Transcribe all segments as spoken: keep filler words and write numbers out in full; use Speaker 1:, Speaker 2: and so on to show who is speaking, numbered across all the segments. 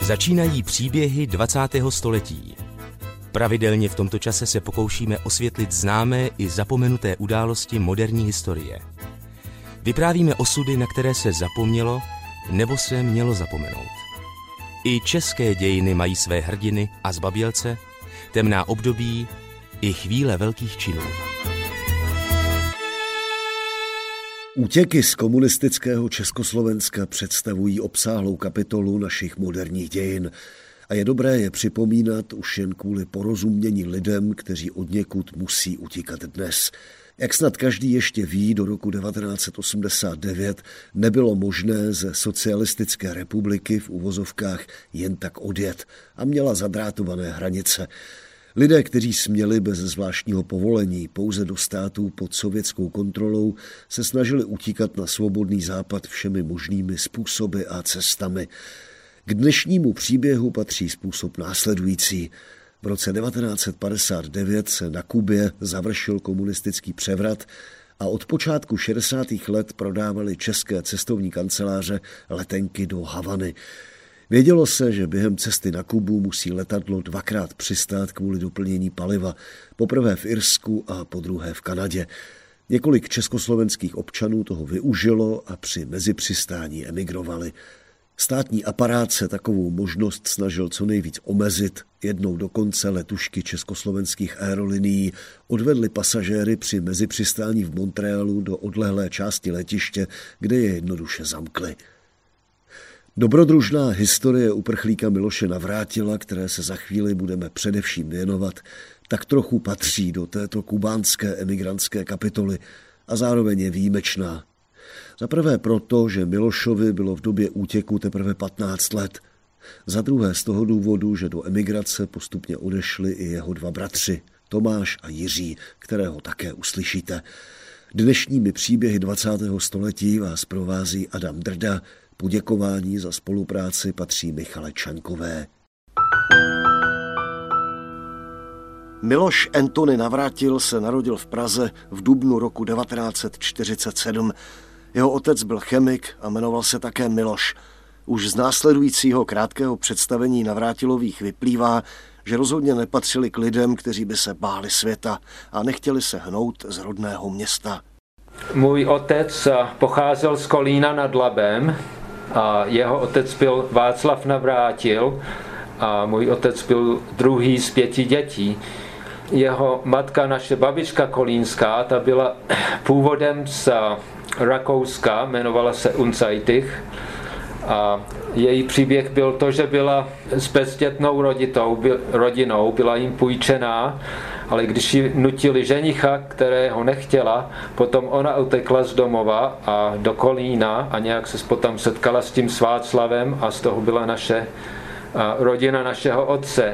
Speaker 1: Začínají příběhy dvacátého století. Pravidelně v tomto čase se pokoušíme osvětlit známé i zapomenuté události moderní historie. Vyprávíme osudy, na které se zapomnělo nebo se mělo zapomenout. I české dějiny mají své hrdiny a zbabělce, temná období i chvíle velkých činů.
Speaker 2: Útěky z komunistického Československa představují obsáhlou kapitolu našich moderních dějin a je dobré je připomínat už jen kvůli porozumění lidem, kteří odněkud musí utíkat dnes. Jak snad každý ještě ví, do roku devatenáct set osmdesát devět nebylo možné ze socialistické republiky v uvozovkách jen tak odjet a měla zadrátované hranice. Lidé, kteří směli bez zvláštního povolení pouze do států pod sovětskou kontrolou, se snažili utíkat na svobodný západ všemi možnými způsoby a cestami. K dnešnímu příběhu patří způsob následující. V roce devatenáct set padesát devět se na Kubě završil komunistický převrat a od počátku šedesátých let prodávali české cestovní kanceláře letenky do Havany. Vědělo se, že během cesty na Kubu musí letadlo dvakrát přistát kvůli doplnění paliva, poprvé v Irsku a podruhé v Kanadě. Několik československých občanů toho využilo a při mezipřistání emigrovali. Státní aparát se takovou možnost snažil co nejvíc omezit. Jednou dokonce letušky československých aerolinií odvedly pasažéry při mezipřistání v Montrealu do odlehlé části letiště, kde je jednoduše zamkli. Dobrodružná historie uprchlíka Miloše Navrátila, které se za chvíli budeme především věnovat, tak trochu patří do této kubánské emigrantské kapitoly a zároveň je výjimečná. Za prvé proto, že Milošovi bylo v době útěku teprve patnáct let. Za druhé z toho důvodu, že do emigrace postupně odešli i jeho dva bratři, Tomáš a Jiří, kterého také uslyšíte. Dnešními příběhy dvacátého století vás provází Adam Drda, poděkování za spolupráci patří Michale Čaňkové. Miloš Antony Navrátil se narodil v Praze v dubnu roku devatenáct set čtyřicet sedm. Jeho otec byl chemik a jmenoval se také Miloš. Už z následujícího krátkého představení Navrátilových vyplývá, že rozhodně nepatřili k lidem, kteří by se báli světa a nechtěli se hnout z rodného města.
Speaker 3: Můj otec pocházel z Kolína nad Labem a jeho otec byl Václav Navrátil a můj otec byl druhý z pěti dětí. Jeho matka, naše babička kolínská, ta byla původem z Rakouska, jmenovala se Unzajtich a její příběh byl to, že byla s bezdětnou roditou, rodinou, byla jim půjčená, ale když ji nutili ženicha, kterého nechtěla, potom ona utekla z domova a do Kolína a nějak se potom setkala s tím Václavem a z toho byla naše rodina našeho otce.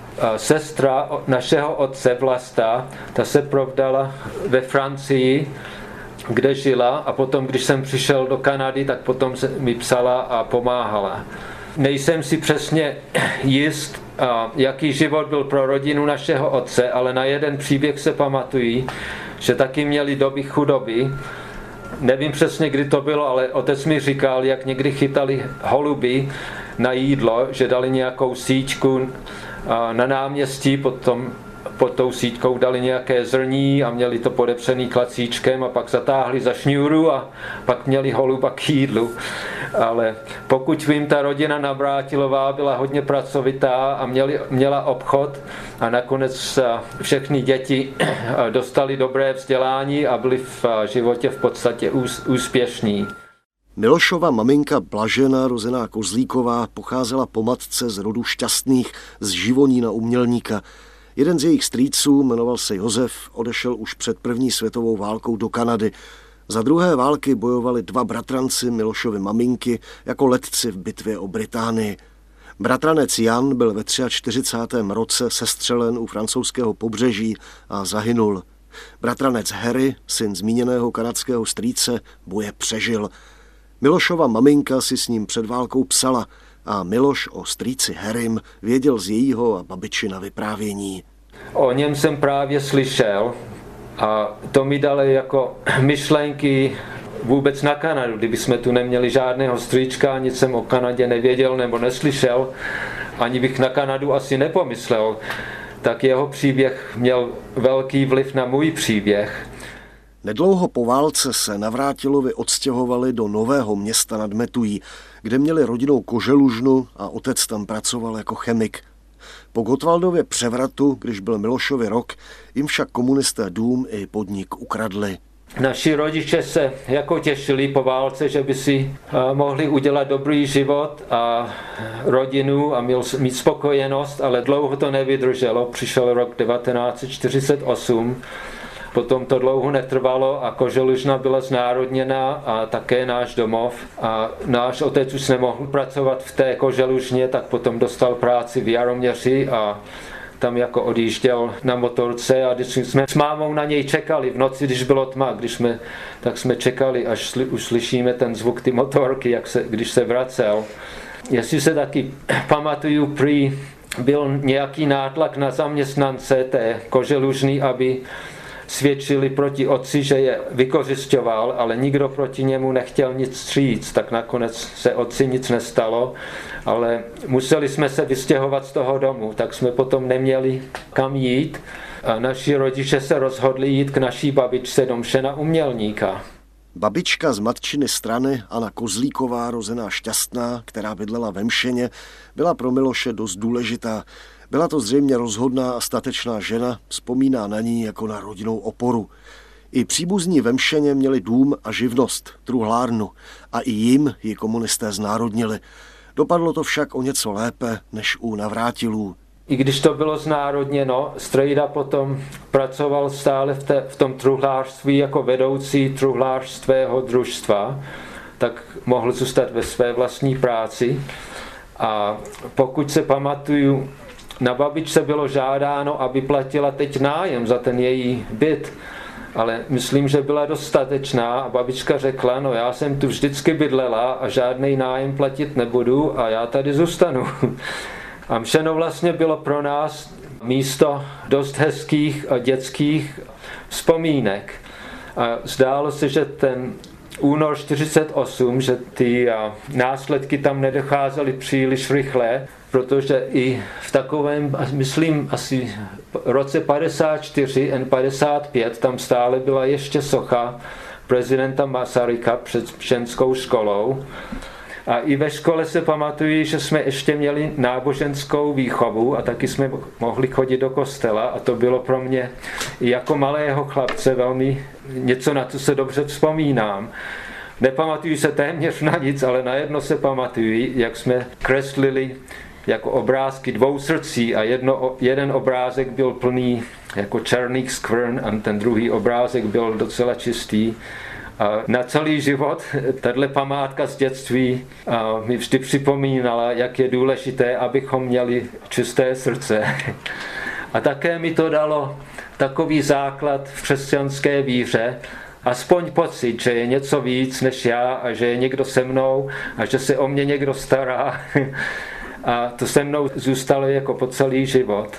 Speaker 3: Sestra našeho otce Vlasta, ta se provdala ve Francii, kde žila a potom, když jsem přišel do Kanady, tak potom se mi psala a pomáhala. Nejsem si přesně jist, jaký život byl pro rodinu našeho otce, ale na jeden příběh se pamatují, že taky měli doby chudoby. Nevím přesně, kdy to bylo, ale otec mi říkal, jak někdy chytali holuby na jídlo, že dali nějakou síťku na náměstí, potom pod tou síťkou dali nějaké zrní a měli to podepřený klacíčkem a pak zatáhli za šňůru a pak měli holuba k jídlu. Ale pokud vím, ta rodina Navrátilová byla hodně pracovitá a měli, měla obchod a nakonec všechny děti dostali dobré vzdělání a byli v životě v podstatě úspěšní.
Speaker 2: Milošova maminka Blažena, rozená Kozlíková, pocházela po matce z rodu Šťastných z Živonína u Mělníka. Jeden z jejich strýců, jmenoval se Josef, odešel už před první světovou válkou do Kanady. Za druhé války bojovali dva bratranci Milošovy maminky jako letci v bitvě o Británii. Bratranec Jan byl ve čtyřicátém třetím roce sestřelen u francouzského pobřeží a zahynul. Bratranec Harry, syn zmíněného kanadského strýce, boje přežil. Milošova maminka si s ním před válkou psala a Miloš o strýci Harrym věděl z jejího a babičina vyprávění.
Speaker 3: O něm jsem právě slyšel a to mi dalo jako myšlenky vůbec na Kanadu. Kdyby jsme tu neměli žádného strýčka, nic jsem o Kanadě nevěděl nebo neslyšel, ani bych na Kanadu asi nepomyslel, tak jeho příběh měl velký vliv na můj příběh.
Speaker 2: Nedlouho po válce se Navrátilovi odstěhovali do Nového Města nad Metují, kde měli rodinnou koželužnu a otec tam pracoval jako chemik. Po Gottwaldově převratu, když byl Milošovi rok, jim však komunisté dům i podnik ukradli.
Speaker 3: Naši rodiče se jako těšili po válce, že by si mohli udělat dobrý život a rodinu a mít spokojenost, ale dlouho to nevydrželo. Přišel rok devatenáct set čtyřicet osm, potom to dlouho netrvalo a koželužna byla znárodněna a také náš domov. A náš otec už nemohl pracovat v té koželužně, tak potom dostal práci v Jaroměři a tam jako odjížděl na motorce a když jsme s mámou na něj čekali v noci, když bylo tma, když jsme, tak jsme čekali, až sli, už slyšíme ten zvuk ty motorky, jak se, když se vracel. Jestli se taky pamatuju, prý byl nějaký nátlak na zaměstnance té koželužny, aby svědčili proti otci, že je vykořisťoval, ale nikdo proti němu nechtěl nic říct, tak nakonec se otci nic nestalo, ale museli jsme se vystěhovat z toho domu, tak jsme potom neměli kam jít a naši rodiče se rozhodli jít k naší babičce do Mšena Umělníka.
Speaker 2: Babička z matčiny strany, Anna Kozlíková, rozená Šťastná, která bydlela ve Mšeně, byla pro Miloše dost důležitá. Byla to zřejmě rozhodná a statečná žena, vzpomíná na ní jako na rodinnou oporu. I příbuzní ve Mšeně měli dům a živnost, truhlárnu, a i jim ji komunisté znárodnili. Dopadlo to však o něco lépe než u Navrátilů.
Speaker 3: I když to bylo znárodněno, strejda potom pracoval stále v, té, v tom truhlářství jako vedoucí truhlářstvého družstva, tak mohl zůstat ve své vlastní práci. A pokud se pamatuju, na babičce bylo žádáno, aby platila teď nájem za ten její byt, ale myslím, že byla dostatečná a babička řekla, no já jsem tu vždycky bydlela a žádný nájem platit nebudu a já tady zůstanu. A Mšeno vlastně bylo pro nás místo dost hezkých a dětských vzpomínek. A zdálo se, že ten únor čtyřicet osm, že ty následky tam nedocházely příliš rychle, protože i v takovém, myslím, asi roce padesát čtyři, N padesát pět, tam stále byla ještě socha prezidenta Masaryka před Mšenskou školou. A i ve škole se pamatuju, že jsme ještě měli náboženskou výchovu a taky jsme mohli chodit do kostela a to bylo pro mě jako malého chlapce velmi něco, na co se dobře vzpomínám. Nepamatuju se téměř na nic, ale na jedno se pamatuju, jak jsme kreslili jako obrázky dvou srdcí a jedno, jeden obrázek byl plný jako černých skvrn a ten druhý obrázek byl docela čistý. A na celý život tato památka z dětství mi vždy připomínala, jak je důležité, abychom měli čisté srdce. A také mi to dalo takový základ v křesťanské víře, aspoň pocit, že je něco víc než já a že je někdo se mnou a že se o mě někdo stará. A to se mnou zůstalo jako po celý život.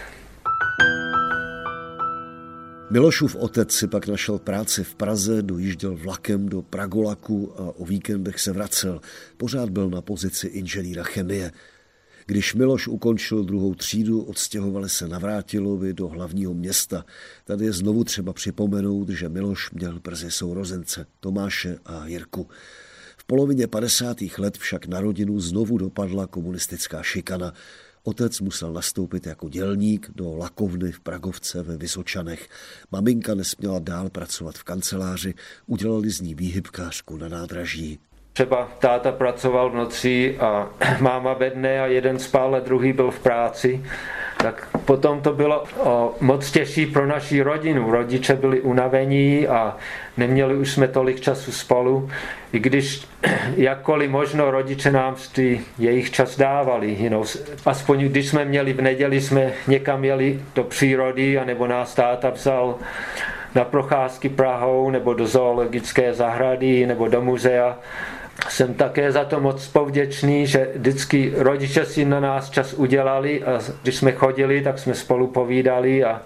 Speaker 2: Milošův otec si pak našel práci v Praze, dojížděl vlakem do Pragolaku a o víkendech se vracel. Pořád byl na pozici inženýra chemie. Když Miloš ukončil druhou třídu, odstěhovali se Navrátilovi do hlavního města. Tady je znovu třeba připomenout, že Miloš měl brzy sourozence Tomáše a Jirku. V polovině padesátých let však na rodinu znovu dopadla komunistická šikana. Otec musel nastoupit jako dělník do lakovny v Pragovce ve Vysočanech. Maminka nesměla dál pracovat v kanceláři, udělali z ní výhybkářku na nádraží.
Speaker 3: Třeba táta pracoval v noci a máma ve dne a jeden spal a druhý byl v práci. Tak potom to bylo o, moc těžší pro naši rodinu. Rodiče byli unavení a neměli už jsme tolik času spolu. I když jakkoliv možno rodiče nám ty jejich čas dávali. You know, aspoň když jsme měli v neděli, jsme někam jeli do přírody, anebo nás táta vzal na procházky Prahou, nebo do zoologické zahrady, nebo do muzea. Jsem také za to moc povděčný, že vždycky rodiče si na nás čas udělali a když jsme chodili, tak jsme spolu povídali a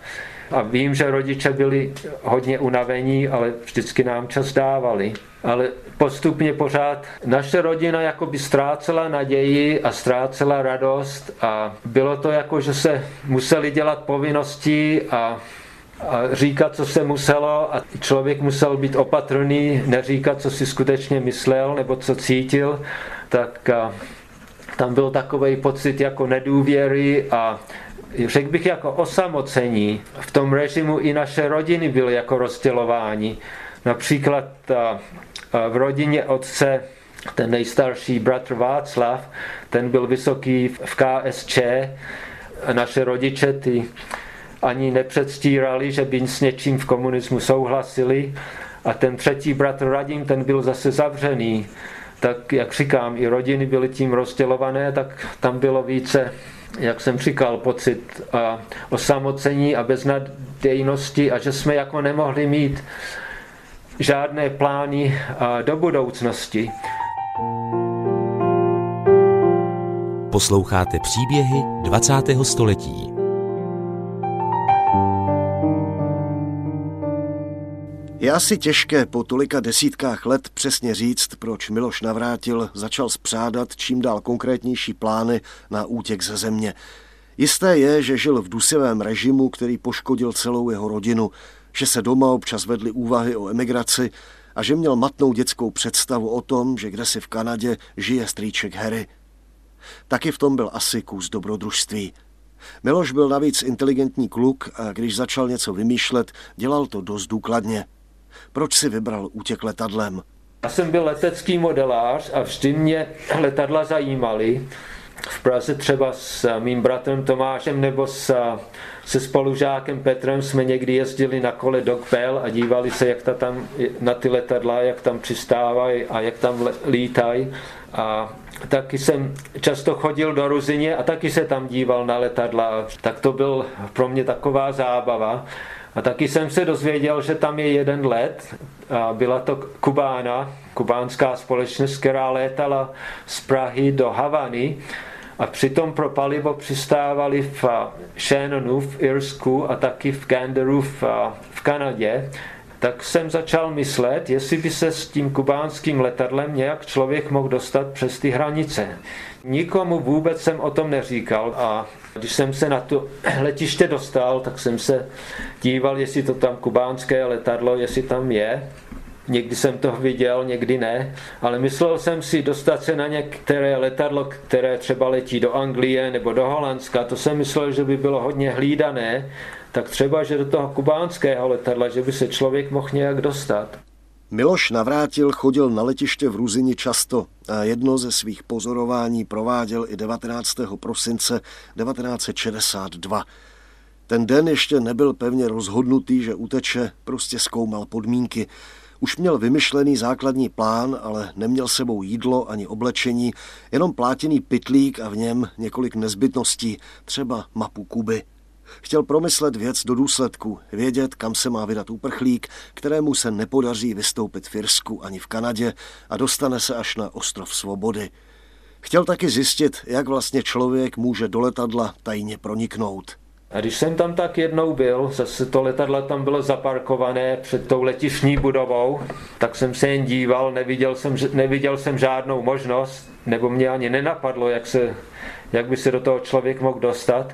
Speaker 3: A vím, že rodiče byli hodně unavení, ale vždycky nám čas dávali. Ale postupně pořád naše rodina jakoby ztrácela naději a ztrácela radost a bylo to jako, že se museli dělat povinnosti a, a říkat, co se muselo a člověk musel být opatrný, neříkat, co si skutečně myslel nebo co cítil, tak a, tam byl takový pocit jako nedůvěry a řekl bych jako osamocení. V tom režimu i naše rodiny byly jako rozdělování. Například v rodině otce ten nejstarší bratr Václav, ten byl vysoký v K S Č. Naše rodiče ty ani nepředstírali, že by s něčím v komunismu souhlasili. A ten třetí bratr Radim, ten byl zase zavřený. Tak jak říkám, i rodiny byly tím rozdělované, tak tam bylo více, jak jsem říkal, pocit a osamocení a beznadějnosti a že jsme jako nemohli mít žádné plány do budoucnosti.
Speaker 1: Posloucháte příběhy dvacátého století.
Speaker 2: Je asi těžké po tolika desítkách let přesně říct, proč Miloš Navrátil začal spřádat čím dál konkrétnější plány na útěk ze země. Jisté je, že žil v dusivém režimu, který poškodil celou jeho rodinu, že se doma občas vedly úvahy o emigraci a že měl matnou dětskou představu o tom, že kdesi v Kanadě žije strýček Harry. Taky v tom byl asi kus dobrodružství. Miloš byl navíc inteligentní kluk a když začal něco vymýšlet, dělal to dost důkladně. Proč si vybral útěk letadlem?
Speaker 3: Já jsem byl letecký modelář a vždy mě letadla zajímaly. V Praze třeba s mým bratrem Tomášem nebo s, se spolužákem Petrem jsme někdy jezdili na kole do Kbel a dívali se, jak ta tam, na ty letadla, jak tam přistávají a jak tam lítají. A taky jsem často chodil do Ruzyně a taky se tam díval na letadla. Tak to byl pro mě taková zábava. A taky jsem se dozvěděl, že tam je jeden let. A byla to Kubána, kubánská společnost, která létala z Prahy do Havany. A přitom pro palivo přistávali v Shannonu v Irsku a taky v Ganderu v, v Kanadě. Tak jsem začal myslet, jestli by se s tím kubánským letadlem nějak člověk mohl dostat přes ty hranice. Nikomu vůbec jsem o tom neříkal a když jsem se na to letiště dostal, tak jsem se díval, jestli to tam kubánské letadlo, jestli tam je. Někdy jsem to viděl, někdy ne, ale myslel jsem si dostat se na některé letadlo, které třeba letí do Anglie nebo do Holandska, to jsem myslel, že by bylo hodně hlídané, tak třeba, že do toho kubánského letadla, že by se člověk mohl nějak dostat.
Speaker 2: Miloš Navrátil chodil na letiště v Ruzyni často a jedno ze svých pozorování prováděl i devatenáctého prosince devatenáct set šedesát dva. Ten den ještě nebyl pevně rozhodnutý, že uteče, prostě zkoumal podmínky. Už měl vymyšlený základní plán, ale neměl sebou jídlo ani oblečení, jenom plátěný pytlík a v něm několik nezbytností, třeba mapu Kuby. Chtěl promyslet věc do důsledku, vědět, kam se má vydat uprchlík, kterému se nepodaří vystoupit v Irsku ani v Kanadě a dostane se až na ostrov Svobody. Chtěl taky zjistit, jak vlastně člověk může do letadla tajně proniknout.
Speaker 3: A když jsem tam tak jednou byl, zase to letadlo tam bylo zaparkované před tou letištní budovou, tak jsem se jen díval, neviděl jsem, neviděl jsem žádnou možnost, nebo mě ani nenapadlo, jak, se, jak by se do toho člověk mohl dostat.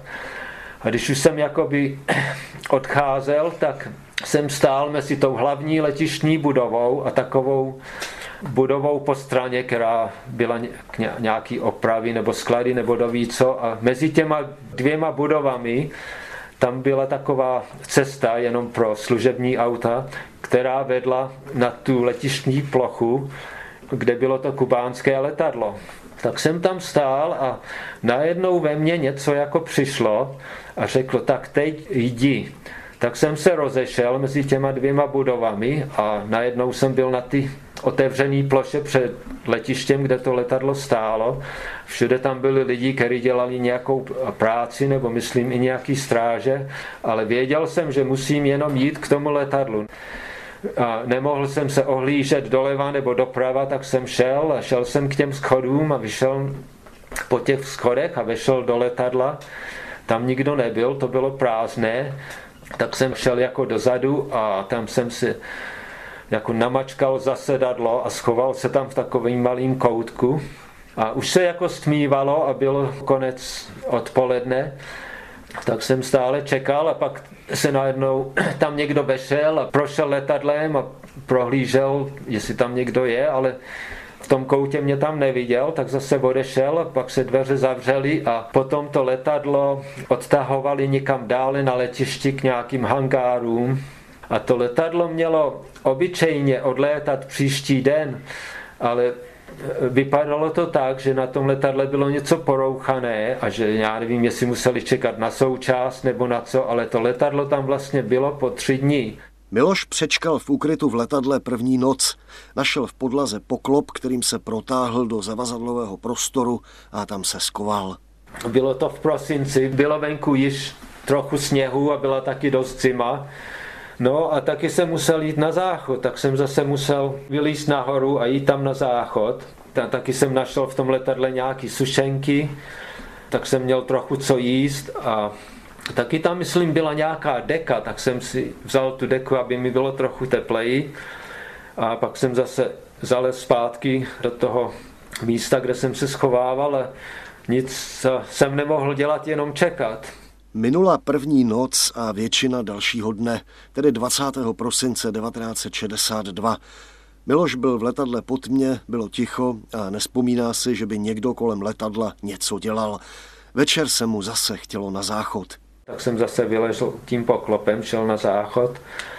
Speaker 3: A když už jsem jakoby odcházel, tak jsem stál mezi tou hlavní letištní budovou a takovou budovou po straně, která byla nějaký opravy nebo sklady nebo doví co. A mezi těma dvěma budovami tam byla taková cesta jenom pro služební auta, která vedla na tu letištní plochu, kde bylo to kubánské letadlo. Tak jsem tam stál a najednou ve mně něco jako přišlo a řeklo, tak teď jdi. Tak jsem se rozešel mezi těma dvěma budovami a najednou jsem byl na ty otevřený ploše před letištěm, kde to letadlo stálo. Všude tam byli lidi, kteří dělali nějakou práci nebo myslím i nějaký stráže, ale věděl jsem, že musím jenom jít k tomu letadlu. A nemohl jsem se ohlížet doleva nebo doprava, tak jsem šel a šel jsem k těm schodům a vyšel po těch schodech a vešel do letadla. Tam nikdo nebyl, to bylo prázdné. tak jsem šel jako dozadu a tam jsem si jako namačkal zasedadlo a schoval se tam v takovým malým koutku. A už se jako stmívalo a bylo konec odpoledne, tak jsem stále čekal a pak se najednou tam někdo vešel a prošel letadlem a prohlížel, jestli tam někdo je, ale v tom koutě mě tam neviděl, tak zase odešel a pak se dveře zavřely a potom to letadlo odtahovali někam dále na letišti k nějakým hangárům. A to letadlo mělo obyčejně odlétat příští den, ale vypadalo to tak, že na tom letadle bylo něco porouchané a že já nevím, jestli museli čekat na součást nebo na co, ale to letadlo tam vlastně bylo po tři dní.
Speaker 2: Miloš přečkal v úkrytu v letadle první noc. Našel v podlaze poklop, kterým se protáhl do zavazadlového prostoru a tam se skoval.
Speaker 3: Bylo to v prosinci, bylo venku již trochu sněhu a byla taky dost zima. No a taky jsem musel jít na záchod, tak jsem zase musel vylízt nahoru a jít tam na záchod. Ta, taky jsem našel v tom letadle nějaký sušenky, tak jsem měl trochu co jíst a taky tam, myslím, byla nějaká deka, tak jsem si vzal tu deku, aby mi bylo trochu tepleji. A pak jsem zase zalez zpátky do toho místa, kde jsem se schovával a nic jsem nemohl dělat, jenom čekat.
Speaker 2: Minula první noc a většina dalšího dne, tedy dvacátého prosince devatenáct set šedesát dva. Miloš byl v letadle po tmě, bylo ticho a nespomíná si, že by někdo kolem letadla něco dělal. Večer se mu zase chtělo na záchod.
Speaker 3: Tak jsem zase vylezl tím poklopem, šel na záchod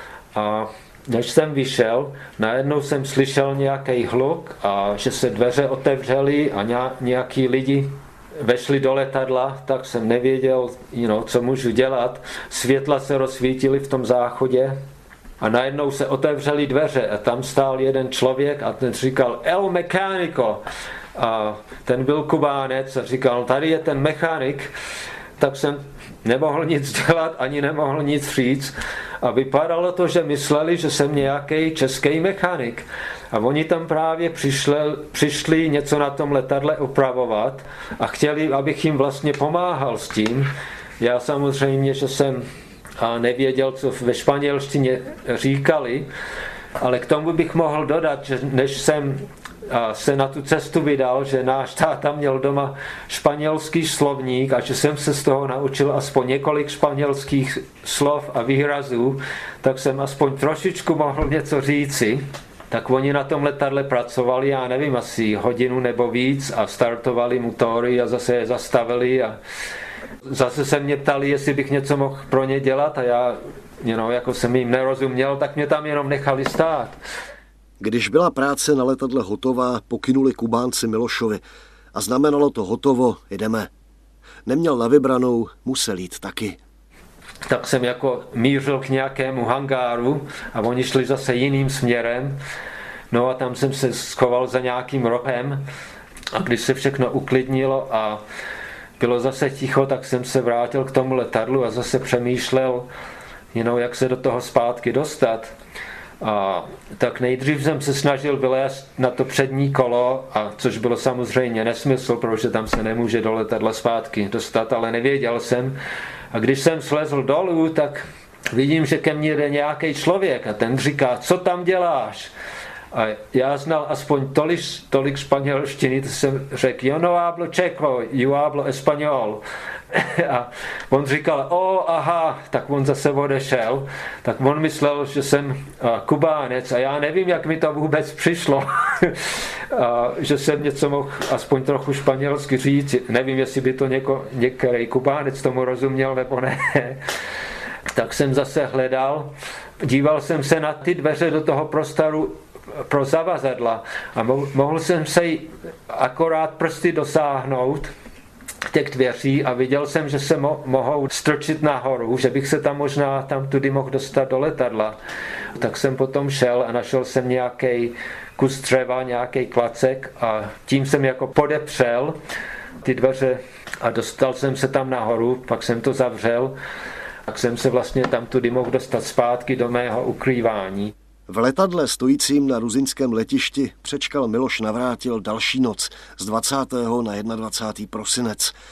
Speaker 3: a než jsem vyšel, najednou jsem slyšel nějaký hluk a že se dveře otevřely a nějaký lidi vešli do letadla, tak jsem nevěděl, you know, co můžu dělat. Světla se rozsvítily v tom záchodě a najednou se otevřely dveře a tam stál jeden člověk a ten říkal El Mecánico. A ten byl Kubánec a říkal, tady je ten mechanik. Tak jsem nemohl nic dělat, ani nemohl nic říct. A vypadalo to, že mysleli, že jsem nějaký český mechanik. A oni tam právě přišli, přišli něco na tom letadle opravovat a chtěli, abych jim vlastně pomáhal s tím. Já samozřejmě, že jsem nevěděl, co ve španělštině říkali, ale k tomu bych mohl dodat, že než jsem se na tu cestu vydal, že náš táta měl doma španělský slovník a že jsem se z toho naučil aspoň několik španělských slov a výrazů, tak jsem aspoň trošičku mohl něco říci. Tak oni na tom letadle pracovali, já nevím, asi hodinu nebo víc a startovali motory a zase je zastavili a zase se mě ptali, jestli bych něco mohl pro ně dělat a já, you know, jako jsem jim nerozuměl, tak mě tam jenom nechali stát.
Speaker 2: Když byla práce na letadle hotová, pokynuli Kubánci Milošovi a znamenalo to hotovo, jdeme. Neměl na vybranou, musel jít taky.
Speaker 3: Tak jsem jako mířil k nějakému hangáru a oni šli zase jiným směrem. No a tam jsem se schoval za nějakým rohem a když se všechno uklidnilo a bylo zase ticho, tak jsem se vrátil k tomu letadlu a zase přemýšlel, you know, jak se do toho zpátky dostat. A tak nejdřív jsem se snažil vylézt na to přední kolo, a což bylo samozřejmě nesmysl, protože tam se nemůže do letadla zpátky dostat, ale nevěděl jsem. A když jsem slezl dolů, tak vidím, že ke mně jde nějaký člověk a ten říká, co tam děláš? A já znal aspoň tolik, tolik španělštiny, to jsem řekl, yo no hablo checo, yo hablo español. A on říkal, o, aha, tak on zase odešel. Tak on myslel, že jsem Kubánec a já nevím, jak mi to vůbec přišlo, a že jsem něco mohl aspoň trochu španělsky říct. Nevím, jestli by to něko, některý Kubánec tomu rozuměl nebo ne. Tak jsem zase hledal, díval jsem se na ty dveře do toho prostoru pro zavazadla a mohl jsem se akorát prsty dosáhnout těch dveří a viděl jsem, že se mo- mohou strčit nahoru, že bych se tam možná tam tudy mohl dostat do letadla. Tak jsem potom šel a našel jsem nějaký kus dřeva, nějaký klacek a tím jsem jako podepřel ty dveře a dostal jsem se tam nahoru, pak jsem to zavřel, tak jsem se vlastně tam tudy mohl dostat zpátky do mého ukrývání.
Speaker 2: V letadle stojícím na ruzyňském letišti přečkal Miloš Navrátil další noc z dvacátého na dvacátého prvního prosinec.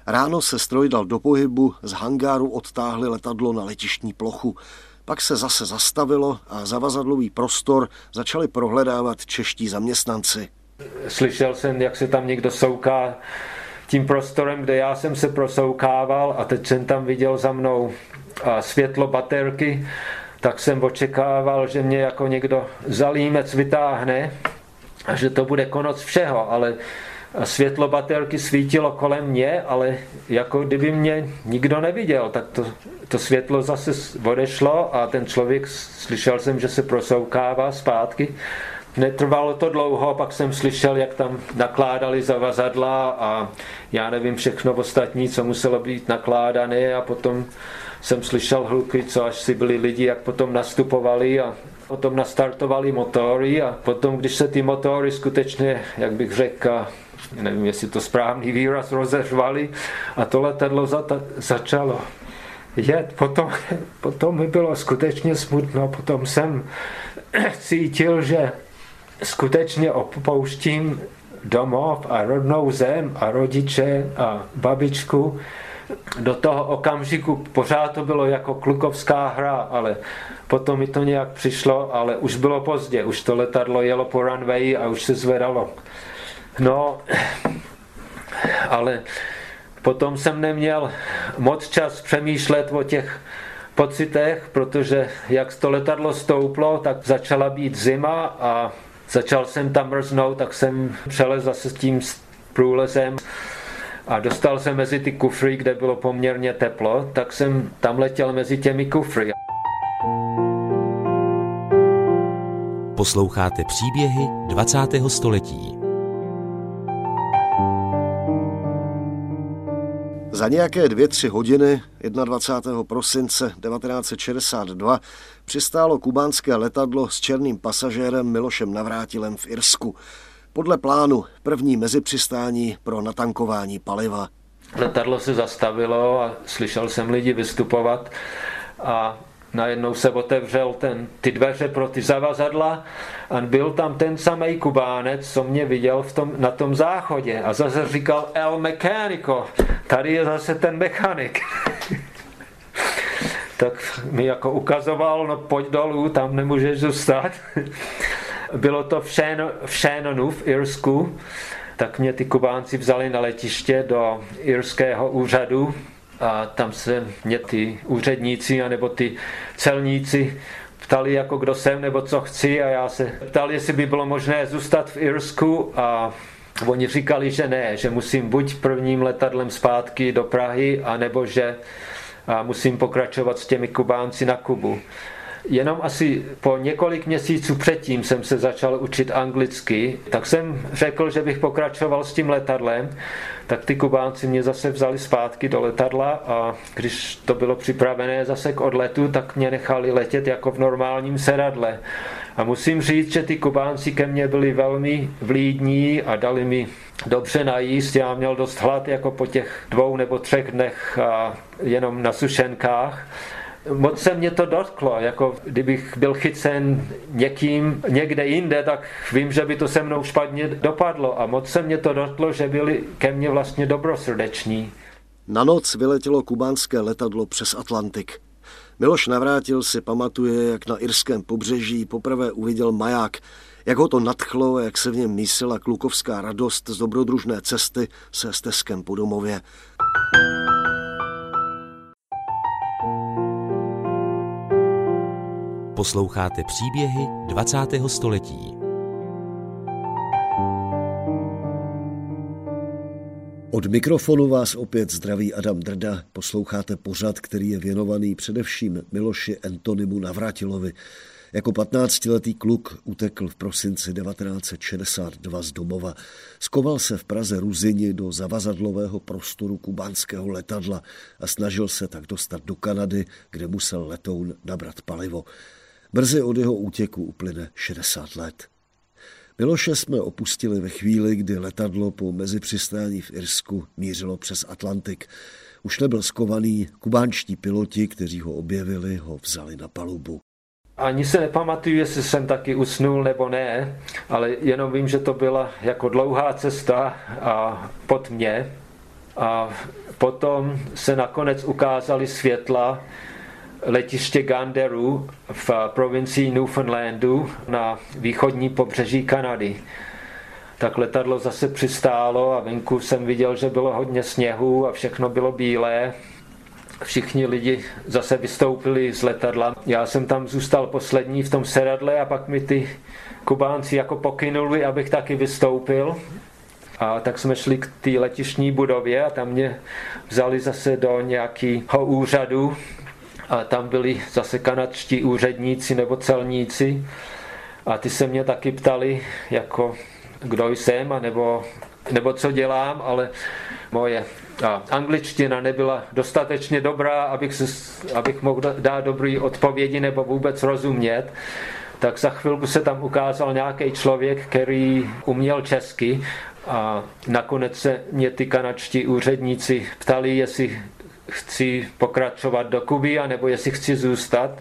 Speaker 2: Ráno se stroj dal do pohybu, z hangáru odtáhli letadlo na letištní plochu. Pak se zase zastavilo a zavazadlový prostor začali prohledávat čeští zaměstnanci.
Speaker 3: Slyšel jsem, jak se tam někdo souká tím prostorem, kde já jsem se prosoukával, a teď jsem tam viděl za mnou světlo baterky, tak jsem očekával, že mě jako někdo za límec vytáhne a že to bude konec všeho, ale světlo baterky svítilo kolem mě, ale jako kdyby mě nikdo neviděl, tak to, to světlo zase odešlo a ten člověk, slyšel jsem, že se prosoukává zpátky. Netrvalo to dlouho, pak jsem slyšel, jak tam nakládali zavazadla a já nevím všechno ostatní, co muselo být nakládané, a potom jsem slyšel hluky, co až si byli lidi, jak potom nastupovali a potom nastartovali motory, a potom, když se ty motory skutečně, jak bych řekl, nevím, jestli to správný výraz, rozeřvali a to letadlo za- začalo jet. Potom, potom mi bylo skutečně smutno, potom jsem cítil, že skutečně opouštím domov a rodnou zem a rodiče a babičku. Do toho okamžiku pořád to bylo jako klukovská hra, ale potom mi to nějak přišlo, ale už bylo pozdě, už to letadlo jelo po runwayi a už se zvedalo. No, ale potom jsem neměl moc čas přemýšlet o těch pocitech, protože jak to letadlo stouplo, tak začala být zima a začal jsem tam mrznout, tak jsem přelez zase s tím průlezem a dostal jsem mezi ty kufry, kde bylo poměrně teplo, tak jsem tam letěl mezi těmi kufry.
Speaker 1: Posloucháte příběhy dvacátého století.
Speaker 2: Za nějaké dvě, tři hodiny dvacátého prvního prosince devatenáct set šedesát dva přistálo kubánské letadlo s černým pasažérem Milošem Navrátilem v Irsku. Podle plánu první mezipřistání pro natankování paliva.
Speaker 3: Letadlo se zastavilo a slyšel jsem lidi vystupovat a najednou se otevřel ten, ty dveře pro ty zavazadla a byl tam ten samej Kubánec, co mě viděl v tom, na tom záchodě, a zase říkal El Mecánico, tady je zase ten mechanik. Tak mi jako ukazoval, no pojď dolů, tam nemůžeš zůstat. Bylo to v, Shannon, v Shannonu v Irsku, tak mě ty Kubánci vzali na letiště do irského úřadu a tam se mě ty úředníci anebo ty celníci ptali, jako kdo jsem nebo co chci, a já se ptal, jestli by bylo možné zůstat v Irsku, a oni říkali, že ne, že musím buď prvním letadlem zpátky do Prahy, anebo že musím pokračovat s těmi Kubánci na Kubu. Jenom asi po několik měsíců předtím jsem se začal učit anglicky, tak jsem řekl, že bych pokračoval s tím letadlem, tak ty Kubánci mě zase vzali zpátky do letadla a když to bylo připravené zase k odletu, tak mě nechali letět jako v normálním sedadle. A musím říct, že ty Kubánci ke mně byli velmi vlídní a dali mi dobře najíst. Já měl dost hlad jako po těch dvou nebo třech dnech a jenom na sušenkách. Moc se mě to dotklo, jako kdybych byl chycen někým někde jinde, tak vím, že by to se mnou špatně dopadlo, a moc se mě to dotklo, že byli ke mně vlastně dobrosrdeční.
Speaker 2: Na noc vyletělo kubánské letadlo přes Atlantik. Miloš Navrátil si pamatuje, jak na irském pobřeží poprvé uviděl maják, jak ho to nadchlo a jak se v něm mísila klukovská radost z dobrodružné cesty se stezkem po domově.
Speaker 1: Posloucháte příběhy dvacátého století.
Speaker 2: Od mikrofonu vás opět zdraví Adam Drda. Posloucháte pořad, který je věnovaný především Miloši Antonimu Navrátilovi. Jako patnáctiletý kluk utekl v prosinci devatenáct set šedesát dva z domova. Skoval se v Praze Ruzyni do zavazadlového prostoru kubánského letadla a snažil se tak dostat do Kanady, kde musel letoun nabrat palivo. Brzy od jeho útěku uplyne šedesát let. Miloše jsme opustili ve chvíli, kdy letadlo po mezipřistání v Irsku mířilo přes Atlantik. Už nebyl skovaný, kubánští piloti, kteří ho objevili, ho vzali na palubu.
Speaker 3: Ani se nepamatuju, jestli jsem taky usnul nebo ne, ale jenom vím, že to byla jako dlouhá cesta a pod mě. A potom se nakonec ukázaly světla letiště Ganderu v provincii Newfoundlandu na východní pobřeží Kanady. Tak letadlo zase přistálo a venku jsem viděl, že bylo hodně sněhu a všechno bylo bílé. Všichni lidi zase vystoupili z letadla. Já jsem tam zůstal poslední v tom sedadle a pak mi ty Kubánci jako pokynuli, abych taky vystoupil. A tak jsme šli k té letištní budově a tam mě vzali zase do nějakého úřadu a tam byli zase kanadští úředníci nebo celníci a ty se mě taky ptali, jako kdo jsem a nebo, nebo co dělám, ale moje a angličtina nebyla dostatečně dobrá, abych, se, abych mohl dát dobrý odpovědi nebo vůbec rozumět. Tak za chvilku se tam ukázal nějaký člověk, který uměl česky a nakonec se mě ty kanadští úředníci ptali, jestli chci pokračovat do Kuby, anebo jestli chci zůstat.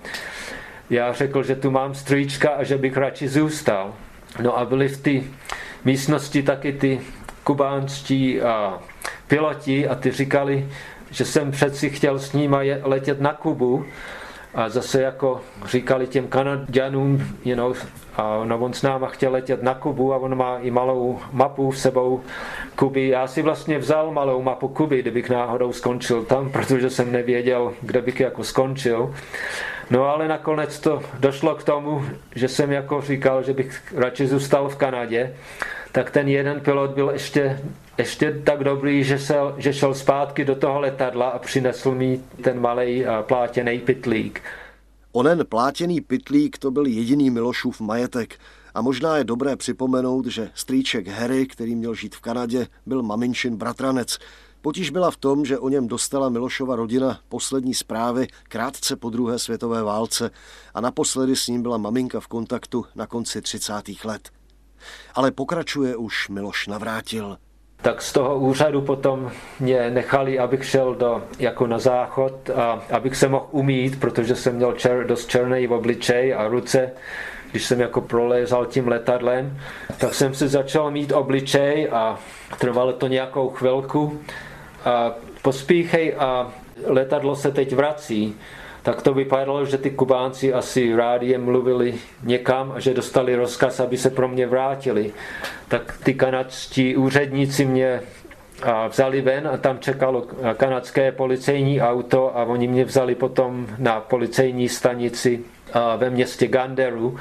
Speaker 3: Já řekl, že tu mám strýčka a že bych radši zůstal. No a byli v té místnosti taky ty kubánští a piloti a ty říkali, že jsem přeci chtěl s nima letět na Kubu a zase jako říkali těm Kanaďanům, you know, a no, on s náma chtěl letět na Kubu a on má i malou mapu s sebou Kuby. Já si vlastně vzal malou mapu Kuby, kdybych náhodou skončil tam, protože jsem nevěděl, kde bych jako skončil. No ale nakonec to došlo k tomu, že jsem jako říkal, že bych radši zůstal v Kanadě. Tak ten jeden pilot byl ještě, ještě tak dobrý, že, se, že šel zpátky do toho letadla a přinesl mi ten malej plátěný pytlík.
Speaker 2: Onen plátěný pytlík to byl jediný Milošův majetek a možná je dobré připomenout, že strýček Harry, který měl žít v Kanadě, byl maminčin bratranec. Potíž byla v tom, že o něm dostala Milošova rodina poslední zprávy krátce po druhé světové válce a naposledy s ním byla maminka v kontaktu na konci třicátých let. Ale pokračuje už Miloš Navrátil.
Speaker 3: Tak z toho úřadu potom mě nechali, abych šel do, jako na záchod a abych se mohl umýt, protože jsem měl čer, dost černý obličej a ruce. Když jsem jako prolézal tím letadlem, tak jsem si začal mít obličej a trvalo to nějakou chvilku. A pospíchej a letadlo se teď vrací. Tak to vypadalo, že ty Kubánci asi rádiem mluvili někam a že dostali rozkaz, aby se pro mě vrátili. Tak ty kanadští úředníci mě vzali ven a tam čekalo kanadské policejní auto a oni mě vzali potom na policejní stanici ve městě Ganderu.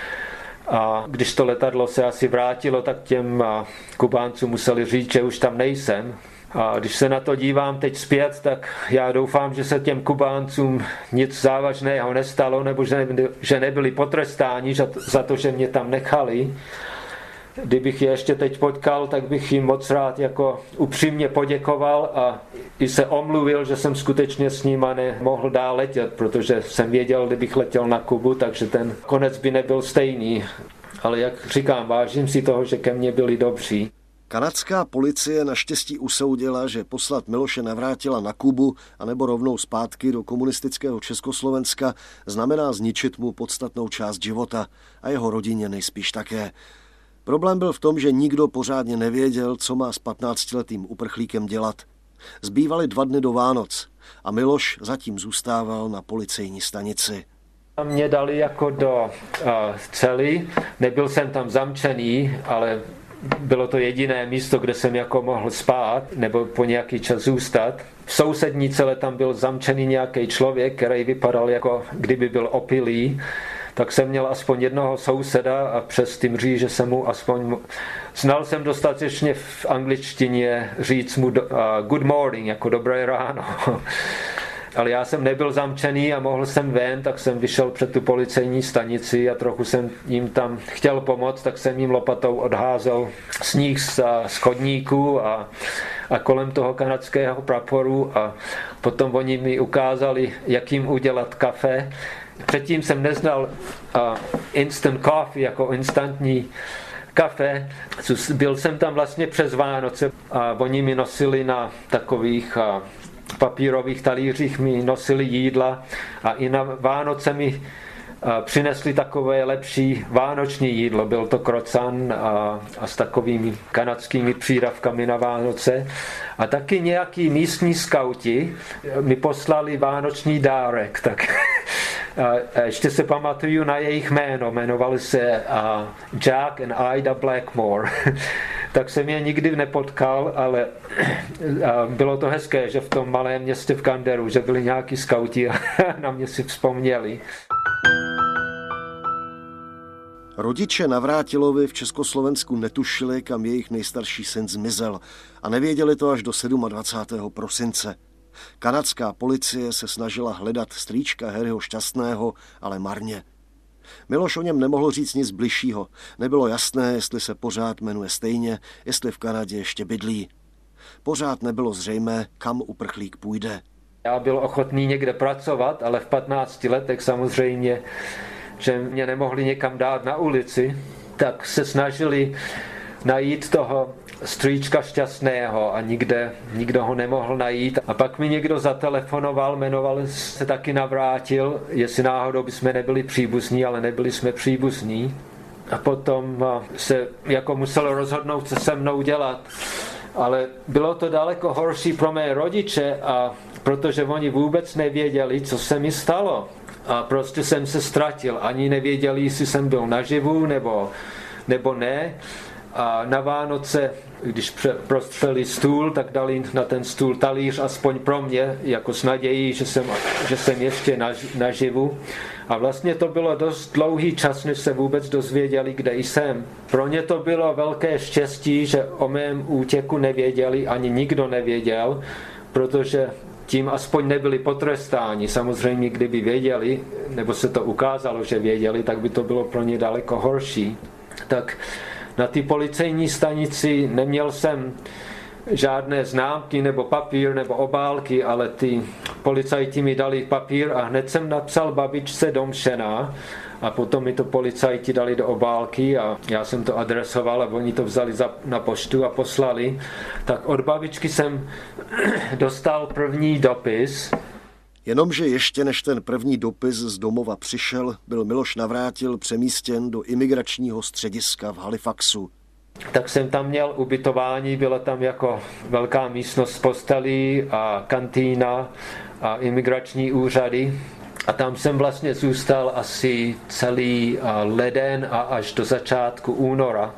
Speaker 3: A když to letadlo se asi vrátilo, tak těm Kubáncům museli říct, že už tam nejsem. A když se na to dívám teď zpět, tak já doufám, že se těm Kubáncům nic závažného nestalo, nebo že nebyli potrestáni za to, že mě tam nechali. Kdybych je ještě teď potkal, tak bych jim moc rád jako upřímně poděkoval a i se omluvil, že jsem skutečně s nima nemohl dál letět, protože jsem věděl, kdybych letěl na Kubu, takže ten konec by nebyl stejný. Ale jak říkám, vážím si toho, že ke mně byli dobří.
Speaker 2: Kanadská policie naštěstí usoudila, že poslat Miloše Navrátila na Kubu anebo rovnou zpátky do komunistického Československa znamená zničit mu podstatnou část života a jeho rodině nejspíš také. Problém byl v tom, že nikdo pořádně nevěděl, co má s patnáctiletým uprchlíkem dělat. Zbývaly dva dny do Vánoc a Miloš zatím zůstával na policejní stanici.
Speaker 3: Mě dali jako do uh, cely, nebyl jsem tam zamčený, ale bylo to jediné místo, kde jsem jako mohl spát nebo po nějaký čas zůstat. V sousední cele tam byl zamčený nějaký člověk, který vypadal jako kdyby byl opilý. Tak jsem měl aspoň jednoho souseda a přes ty mříže jsem mu aspoň... Znal jsem dostatečně v angličtině říct mu do, uh, good morning, jako dobré ráno. Ale já jsem nebyl zamčený a mohl jsem ven, tak jsem vyšel před tu policejní stanici a trochu jsem jim tam chtěl pomoct, tak jsem jim lopatou odházel sníh z, z chodníku a, a kolem toho kanadského praporu a potom oni mi ukázali, jak jim udělat kafe. Předtím jsem neznal uh, instant coffee jako instantní kafe. Byl jsem tam vlastně přes Vánoce a oni mi nosili na takových uh, papírových talířích mi nosili jídla a i na Vánoce mi přinesli takové lepší vánoční jídlo. Byl to krocan a, a s takovými kanadskými přídavkami na Vánoce. A taky nějaký místní skauti mi poslali vánoční dárek. Tak a ještě se pamatuju na jejich jméno. Jmenovali se Jack and Ida Blackmore. Tak jsem je nikdy nepotkal, ale bylo to hezké, že v tom malém městě v Kanderu, že byli nějaký skauti a na mě si vzpomněli.
Speaker 2: Rodiče Navrátilovi v Československu netušili, kam jejich nejstarší syn zmizel a nevěděli to až do dvacátého sedmého prosince. Kanadská policie se snažila hledat strýčka Harryho Šťastného, ale marně. Miloš o něm nemohl říct nic bližšího. Nebylo jasné, jestli se pořád jmenuje stejně, jestli v Kanadě ještě bydlí. Pořád nebylo zřejmé, kam uprchlík půjde.
Speaker 3: Já byl ochotný někde pracovat, ale v patnácti letech samozřejmě, že mě nemohli někam dát na ulici, tak se snažili najít toho strýčka Šťastného a nikde, nikdo ho nemohl najít. A pak mi někdo zatelefonoval, jmenoval se taky Navrátil, jestli náhodou bychom nebyli příbuzní, ale nebyli jsme příbuzní. A potom se jako musel rozhodnout, co se mnou dělat. Ale bylo to daleko horší pro mé rodiče, a protože oni vůbec nevěděli, co se mi stalo. A prostě jsem se ztratil. Ani nevěděli, jestli jsem byl naživu nebo, nebo ne. A na Vánoce, když prostřeli stůl, tak dali na ten stůl talíř aspoň pro mě, jako s nadějí, že jsem, že jsem ještě naživu. A vlastně to bylo dost dlouhý čas, než se vůbec dozvěděli, kde jsem. Pro ně to bylo velké štěstí, že o mém útěku nevěděli, ani nikdo nevěděl, protože tím aspoň nebyli potrestáni. Samozřejmě, kdyby věděli, nebo se to ukázalo, že věděli, tak by to bylo pro ně daleko horší. Tak na té policejní stanici neměl jsem žádné známky nebo papír nebo obálky, ale ty policajti mi dali papír a hned jsem napsal babičce Domšená a potom mi to policajti dali do obálky a já jsem to adresoval a oni to vzali za, na poštu a poslali. Tak od babičky jsem dostal první dopis.
Speaker 2: Jenomže ještě než ten první dopis z domova přišel, byl Miloš Navrátil přemístěn do imigračního střediska v Halifaxu.
Speaker 3: Tak jsem tam měl ubytování, byla tam jako velká místnost s postelí a kantýna a imigrační úřady. A tam jsem vlastně zůstal asi celý leden a až do začátku února.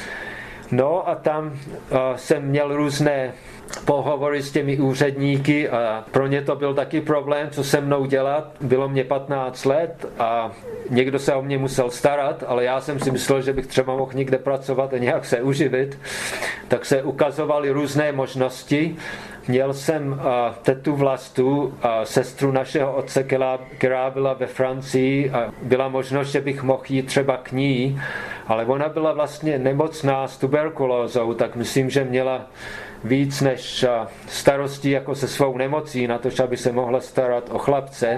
Speaker 3: No a tam jsem měl různé pohovory s těmi úředníky a pro ně to byl taky problém, co se mnou dělat. Bylo mě patnáct let a někdo se o mě musel starat, ale já jsem si myslel, že bych třeba mohl někde pracovat a nějak se uživit. Tak se ukazovaly různé možnosti. Měl jsem tetu Vlastu, sestru našeho otce, která byla ve Francii a byla možnost, že bych mohl jít třeba k ní, ale ona byla vlastně nemocná s tuberkulózou, tak myslím, že měla víc než starostí jako se svou nemocí, na to, aby se mohla starat o chlapce.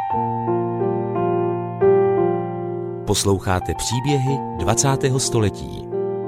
Speaker 1: Posloucháte příběhy dvacátého století.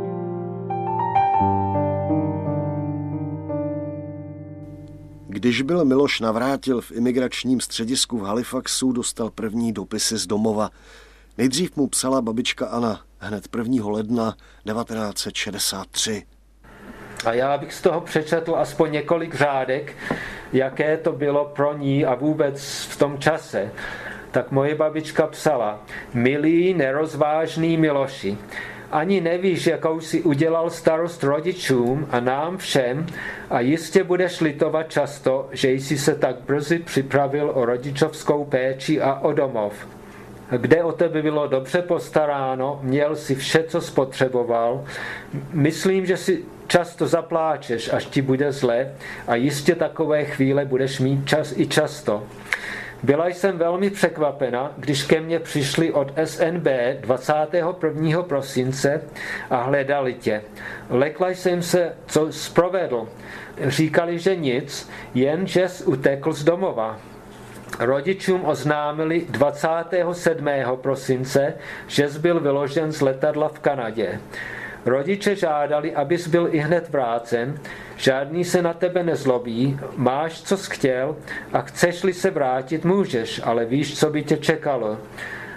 Speaker 2: Když byl Miloš Navrátil v imigračním středisku v Halifaxu, dostal první dopisy z domova. Nejdřív mu psala babička Anna hned prvního ledna devatenáct set šedesát tři.
Speaker 3: A já bych z toho přečetl aspoň několik řádek, jaké to bylo pro ní a vůbec v tom čase. Tak moje babička psala: Milý nerozvážný Miloši, ani nevíš, jakou si udělal starost rodičům a nám všem a jistě budeš litovat často, že jsi se tak brzy připravil o rodičovskou péči a o domov. Kde o tebe bylo dobře postaráno, měl si vše, co spotřeboval. Myslím, že si často zapláčeš, až ti bude zle a jistě takové chvíle budeš mít čas i často. Byla jsem velmi překvapena, když ke mně přišli od S N B dvacátého prvního prosince a hledali tě. Lekla jsem se, co jsi provedl. Říkali, že nic, jen že jsi utekl z domova. Rodičům oznámili dvacátého sedmého prosince, že jsi byl vyložen z letadla v Kanadě. Rodiče žádali, abys byl i hned vrácen, žádný se na tebe nezlobí, máš, co jsi chtěl a chceš-li se vrátit, můžeš, ale víš, co by tě čekalo.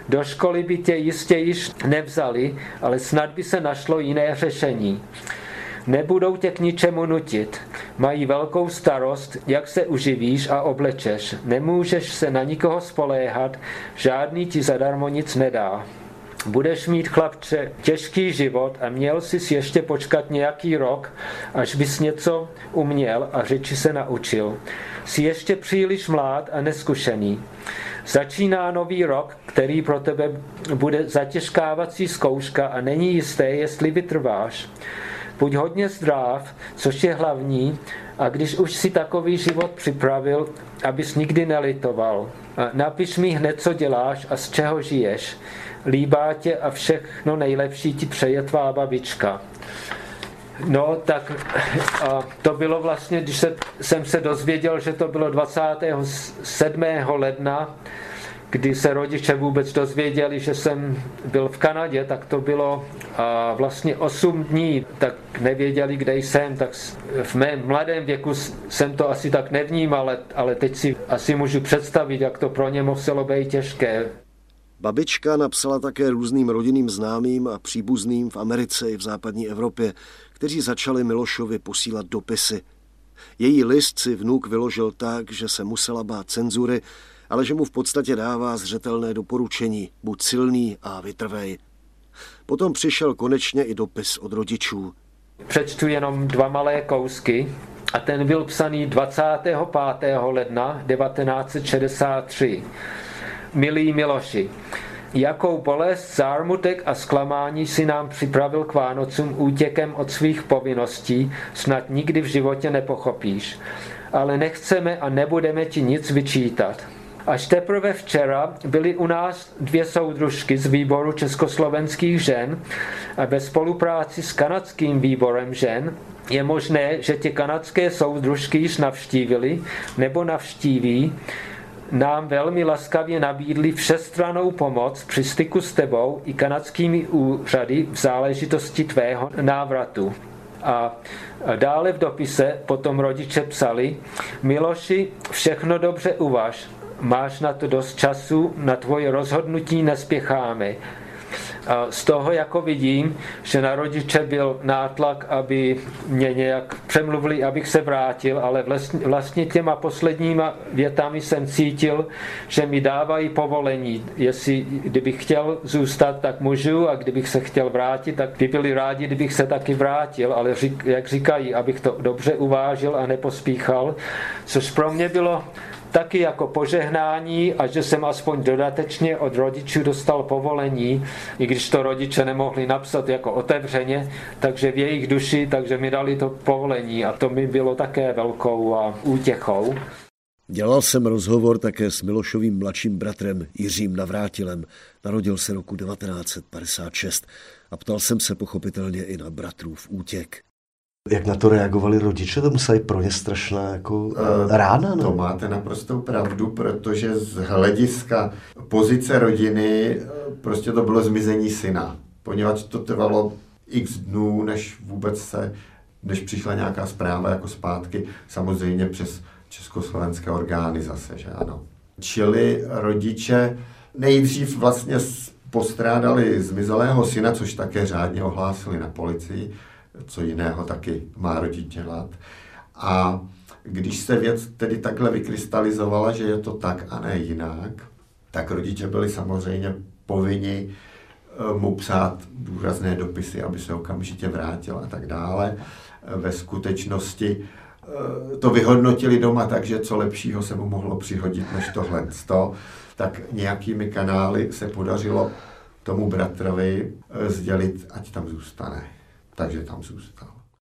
Speaker 3: Do školy by tě jistě již nevzali, ale snad by se našlo jiné řešení. Nebudou tě k ničemu nutit. Mají velkou starost, jak se uživíš a oblečeš. Nemůžeš se na nikoho spoléhat, žádný ti zadarmo nic nedá. Budeš mít, chlapče, těžký život a měl jsi ještě počkat nějaký rok, až bys něco uměl a řeči se naučil. Jsi ještě příliš mlád a neskušený. Začíná nový rok, který pro tebe bude zatěžkávací zkouška a není jisté, jestli vytrváš. Buď hodně zdrav, což je hlavní, a když už si takový život připravil, abys nikdy nelitoval. Napiš mi hned, co děláš a z čeho žiješ. Líbá tě a všechno nejlepší ti přeje tvá babička. No, tak a to bylo vlastně, když se, jsem se dozvěděl, že to bylo dvacátého sedmého ledna, kdy se rodiče vůbec dozvěděli, že jsem byl v Kanadě, tak to bylo a vlastně osm dní, tak nevěděli, kde jsem, tak v mém mladém věku jsem to asi tak nevnímal, ale teď si asi můžu představit, jak to pro ně muselo být těžké.
Speaker 2: Babička napsala také různým rodinným známým a příbuzným v Americe i v západní Evropě, kteří začali Milošovi posílat dopisy. Její list si vnuk vyložil tak, že se musela bát cenzury, ale že mu v podstatě dává zřetelné doporučení, buď silný a vytrvej. Potom přišel konečně i dopis od rodičů.
Speaker 3: Přečtu jenom dva malé kousky a ten byl psaný dvacátého pátého ledna devatenáct set šedesát tři. Milý Miloši, jakou bolest, zármutek a zklamání si nám připravil k Vánocům útěkem od svých povinností, snad nikdy v životě nepochopíš. Ale nechceme a nebudeme ti nic vyčítat. Až teprve včera byly u nás dvě soudružky z výboru československých žen a ve spolupráci s kanadským výborem žen je možné, že tě kanadské soudružky již navštívili nebo navštíví, nám velmi laskavě nabídli všestrannou pomoc při styku s tebou i kanadskými úřady v záležitosti tvého návratu. A dále v dopise potom rodiče psali: Miloši, všechno dobře uvaž, máš na to dost času, na tvoje rozhodnutí nespěcháme. A z toho jako vidím, že na rodiče byl nátlak, aby mě nějak přemluvili, abych se vrátil, ale vlastně těma posledníma větami jsem cítil, že mi dávají povolení. Jestli kdybych chtěl zůstat, tak můžu, a kdybych se chtěl vrátit, tak by byli rádi, kdybych se taky vrátil, ale jak říkají, abych to dobře uvážil a nepospíchal, což pro mě bylo taky jako požehnání, a že jsem aspoň dodatečně od rodičů dostal povolení, i když to rodiče nemohli napsat jako otevřeně, takže v jejich duši, takže mi dali to povolení a to mi bylo také velkou útěchou.
Speaker 2: Dělal jsem rozhovor také s Milošovým mladším bratrem Jiřím Navrátilem. Narodil se roku devatenáct set padesát šest a ptal jsem se pochopitelně i na bratrův útěk.
Speaker 4: Jak na to reagovali rodiče? To musela být pro ně strašná jako uh, rána, ne?
Speaker 5: To máte naprostou pravdu, protože z hlediska pozice rodiny prostě to bylo zmizení syna. Poněvadž to trvalo x dnů, než vůbec se, než přišla nějaká zpráva jako zpátky, samozřejmě přes československé orgány zase, že ano. Čili rodiče nejdřív vlastně postrádali zmizelého syna, což také řádně ohlásili na policii, co jiného taky má rodič dělat. A když se věc tedy takhle vykrystalizovala, že je to tak a ne jinak, tak rodiče byli samozřejmě povinni mu psát důrazné dopisy, aby se okamžitě vrátil a tak dále. Ve skutečnosti to vyhodnotili doma tak, že co lepšího se mu mohlo přihodit než tohle. Tak nějakými kanály se podařilo tomu bratrovi sdělit, ať tam zůstane. Takže tam zůstal.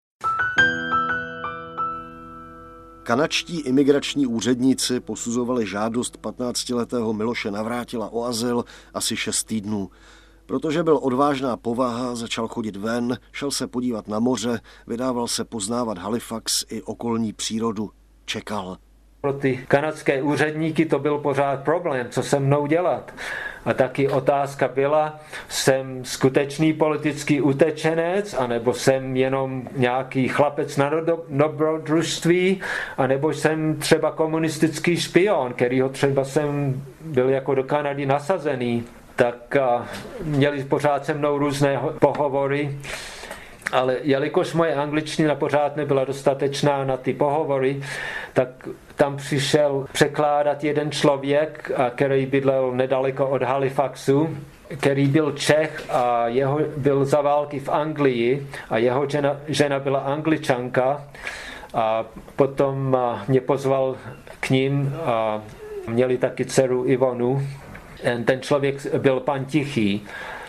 Speaker 2: Kanadští imigrační úředníci posuzovali žádost patnáctiletého Miloše Navrátila o azyl asi šest týdnů. Protože byl odvážná povaha, začal chodit ven, šel se podívat na moře, vydával se poznávat Halifax i okolní přírodu. Čekal.
Speaker 3: Pro ty kanadské úředníky to byl pořád problém, co se mnou dělat. A taky otázka byla, jsem skutečný politický utečenec, anebo jsem jenom nějaký chlapec na dobrodružství, anebo jsem třeba komunistický špion, kterýho třeba jsem byl jako do Kanady nasazený. tak měli pořád se mnou různé pohovory, ale jelikož moje angličtina pořád nebyla dostatečná na ty pohovory, tak tam přišel překládat jeden člověk, který bydlel nedaleko od Halifaxu, který byl Čech a jeho byl za války v Anglii a jeho žena, žena byla Angličanka a potom mě pozval k ním a měli taky dceru Ivonu. Ten člověk byl pan Tichý.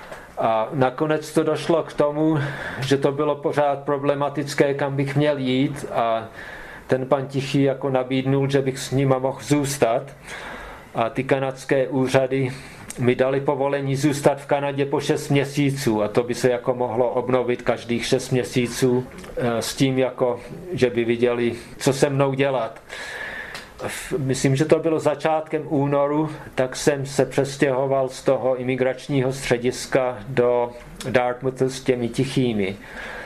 Speaker 3: A nakonec to došlo k tomu, že to bylo pořád problematické, kam bych měl jít a ten pan Tichý jako nabídnul, že bych s nima mohl zůstat a ty kanadské úřady mi dali povolení zůstat v Kanadě po šest měsíců a to by se jako mohlo obnovit každých šest měsíců s tím, jako, že by viděli, co se mnou dělat. Myslím, že to bylo začátkem únoru, tak jsem se přestěhoval z toho imigračního střediska do Dartmouthu s těmi Tichými.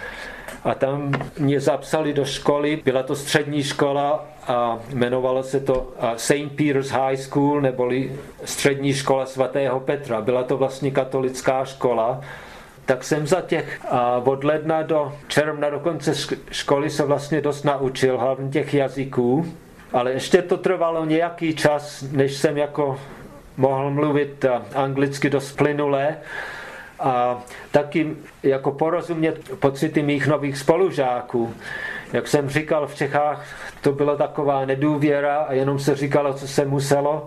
Speaker 3: A tam mě zapsali do školy, byla to střední škola a jmenovalo se to Saint Peter's High School, neboli střední škola svatého Petra. Byla to vlastně katolická škola. Tak jsem za těch a od ledna do června do konce školy se vlastně dost naučil, hlavně těch jazyků. Ale ještě to trvalo nějaký čas, než jsem jako mohl mluvit anglicky dost plynule a taky jako porozumět pocity mých nových spolužáků. Jak jsem říkal, v Čechách to byla taková nedůvěra a jenom se říkalo, co se muselo.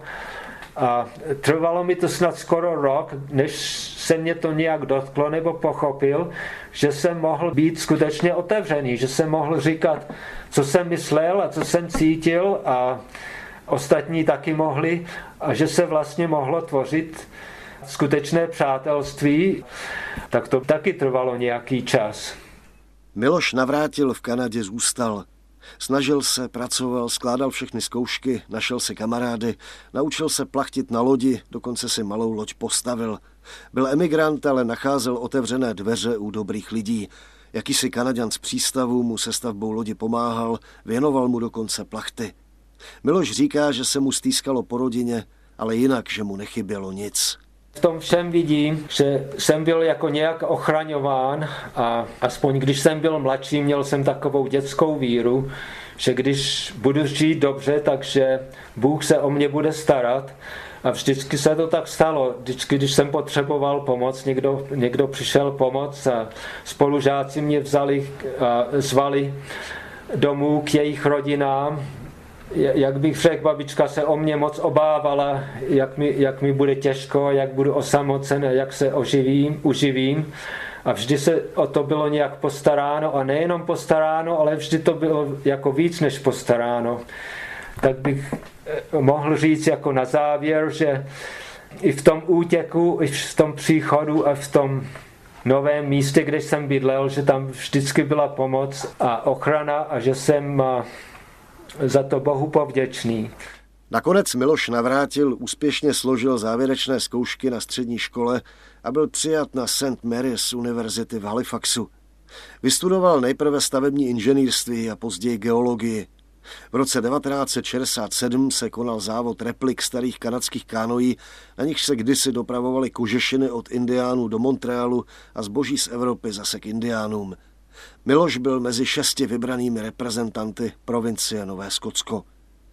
Speaker 3: A trvalo mi to snad skoro rok, než se mě to nějak dotklo nebo pochopil, že jsem mohl být skutečně otevřený, že jsem mohl říkat, co jsem myslel a co jsem cítil a ostatní taky mohli a že se vlastně mohlo tvořit skutečné přátelství, tak to taky trvalo nějaký čas.
Speaker 2: Miloš Navrátil v Kanadě zůstal. Snažil se, pracoval, skládal všechny zkoušky, našel si kamarády, naučil se plachtit na lodi, dokonce si malou loď postavil. Byl emigrant, ale nacházel otevřené dveře u dobrých lidí. Jakýsi Kanaďan z přístavu mu se stavbou lodi pomáhal, věnoval mu dokonce plachty. Miloš říká, že se mu stýskalo po rodině, ale jinak, že mu nechybělo nic.
Speaker 3: V tom všem vidím, že jsem byl jako nějak ochraňován a aspoň když jsem byl mladší, měl jsem takovou dětskou víru, že když budu žít dobře, takže Bůh se o mě bude starat. A vždycky se to tak stalo. Vždycky, když jsem potřeboval pomoc, někdo, někdo přišel pomoct a spolužáci mě vzali a zvali domů k jejich rodinám. Jak bych řekl, babička se o mě moc obávala, jak mi, jak mi bude těžko, jak budu osamocen, jak se oživím, uživím. A vždy se o to bylo nějak postaráno a nejenom postaráno, ale vždy to bylo jako víc než postaráno. Tak bych mohl říct jako na závěr, že i v tom útěku, i v tom příchodu a v tom novém místě, kde jsem bydlel, že tam vždycky byla pomoc a ochrana a že jsem za to Bohu povděčný.
Speaker 2: Nakonec Miloš Navrátil úspěšně složil závěrečné zkoušky na střední škole a byl přijat na Saint Mary's univerzity v Halifaxu. Vystudoval nejprve stavební inženýrství a později geologii. V roce devatenáct set šedesát sedm se konal závod replik starých kanadských kánoí, na nichž se kdysi dopravovaly kožešiny od indiánů do Montrealu a zboží z Evropy zase k indiánům. Miloš byl mezi šesti vybranými reprezentanty provincie Nové Skotsko.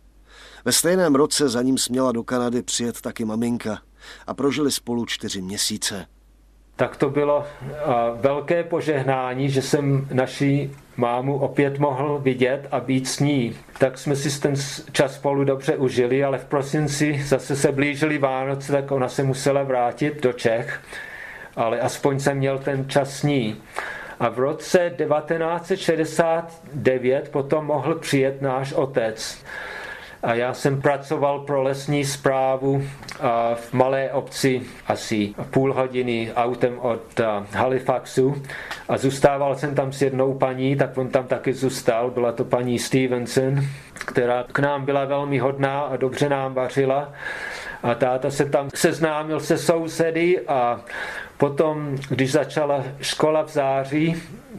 Speaker 2: Ve stejném roce za ním směla do Kanady přijet taky maminka a prožili spolu čtyři měsíce.
Speaker 3: Tak to bylo velké požehnání, že jsem naši mámu opět mohl vidět a být s ní. Tak jsme si ten čas spolu dobře užili, ale v prosinci zase se blížily Vánoce, tak ona se musela vrátit do Čech, ale aspoň jsem měl ten čas s ní. A v roce devatenáct set šedesát devět potom mohl přijet náš otec. A já jsem pracoval pro lesní správu v malé obci asi půl hodiny autem od Halifaxu a zůstával jsem tam s jednou paní, tak on tam taky zůstal, byla to paní Stevenson, která k nám byla velmi hodná a dobře nám vařila. A táta se tam seznámil se sousedy a potom, když začala škola v září,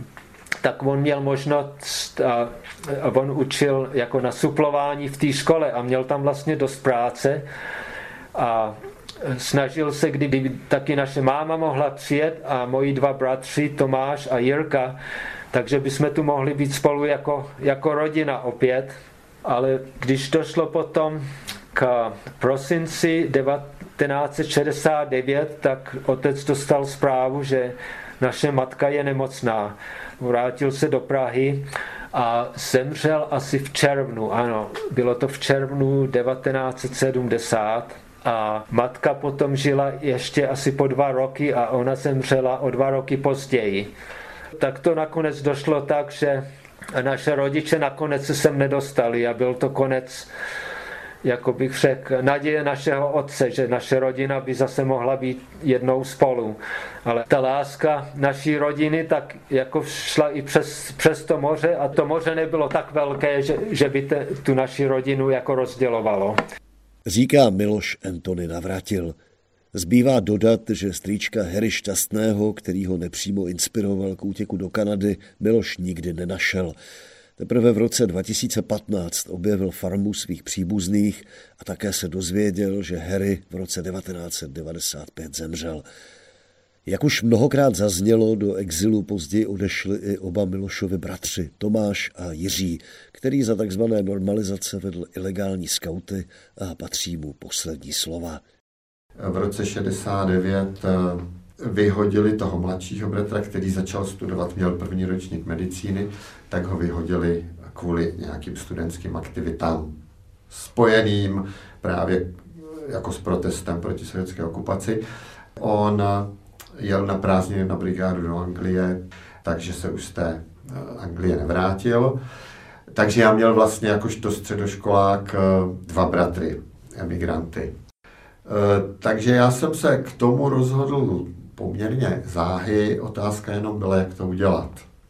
Speaker 3: tak on měl možnost a, a on učil jako na suplování v té škole a měl tam vlastně dost práce a snažil se, kdyby taky naše máma mohla přijet a moji dva bratři, Tomáš a Jirka, takže bychom tu mohli být spolu jako, jako rodina opět. Ale když došlo potom k prosinci devatenáct set šedesát devět, tak otec dostal zprávu, že naše matka je nemocná. Vrátil se do Prahy a zemřel asi v červnu, ano, bylo to v červnu devatenáct set sedmdesát. A matka potom žila ještě asi po dva roky a ona zemřela o dva roky později. Tak to nakonec došlo tak, že naše rodiče nakonec se sem nedostali a byl to konec, jako bych řekl, naděje našeho otce, že naše rodina by zase mohla být jednou spolu. Ale ta láska naší rodiny tak jako šla i přes, přes to moře a to moře nebylo tak velké, že, že by te, tu naši rodinu jako rozdělovalo.
Speaker 2: Říká Miloš Antony Navrátil. Zbývá dodat, že strýčka Harry Šťastného, který ho nepřímo inspiroval k útěku do Kanady, Miloš nikdy nenašel. Teprve v roce dva tisíce patnáct objevil farmu svých příbuzných a také se dozvěděl, že Harry v roce devatenáct set devadesát pět zemřel. Jak už mnohokrát zaznělo, do exilu později odešli i oba Milošovi bratři, Tomáš a Jiří, který za takzvané normalizace vedl ilegální skauty a patří mu poslední slova.
Speaker 5: V roce šedesát devět vyhodili toho mladšího bratra, který začal studovat, měl první ročník medicíny, tak ho vyhodili kvůli nějakým studentským aktivitám spojeným právě jako s protestem proti sovětské okupaci. On jel na prázdniny na brigádu do Anglie, takže se už z té Anglie nevrátil. Takže já měl vlastně jakožto středoškolák dva bratry, emigranty. Takže já jsem se k tomu rozhodl poměrně záhy, otázka jenom byla, jak to udělat.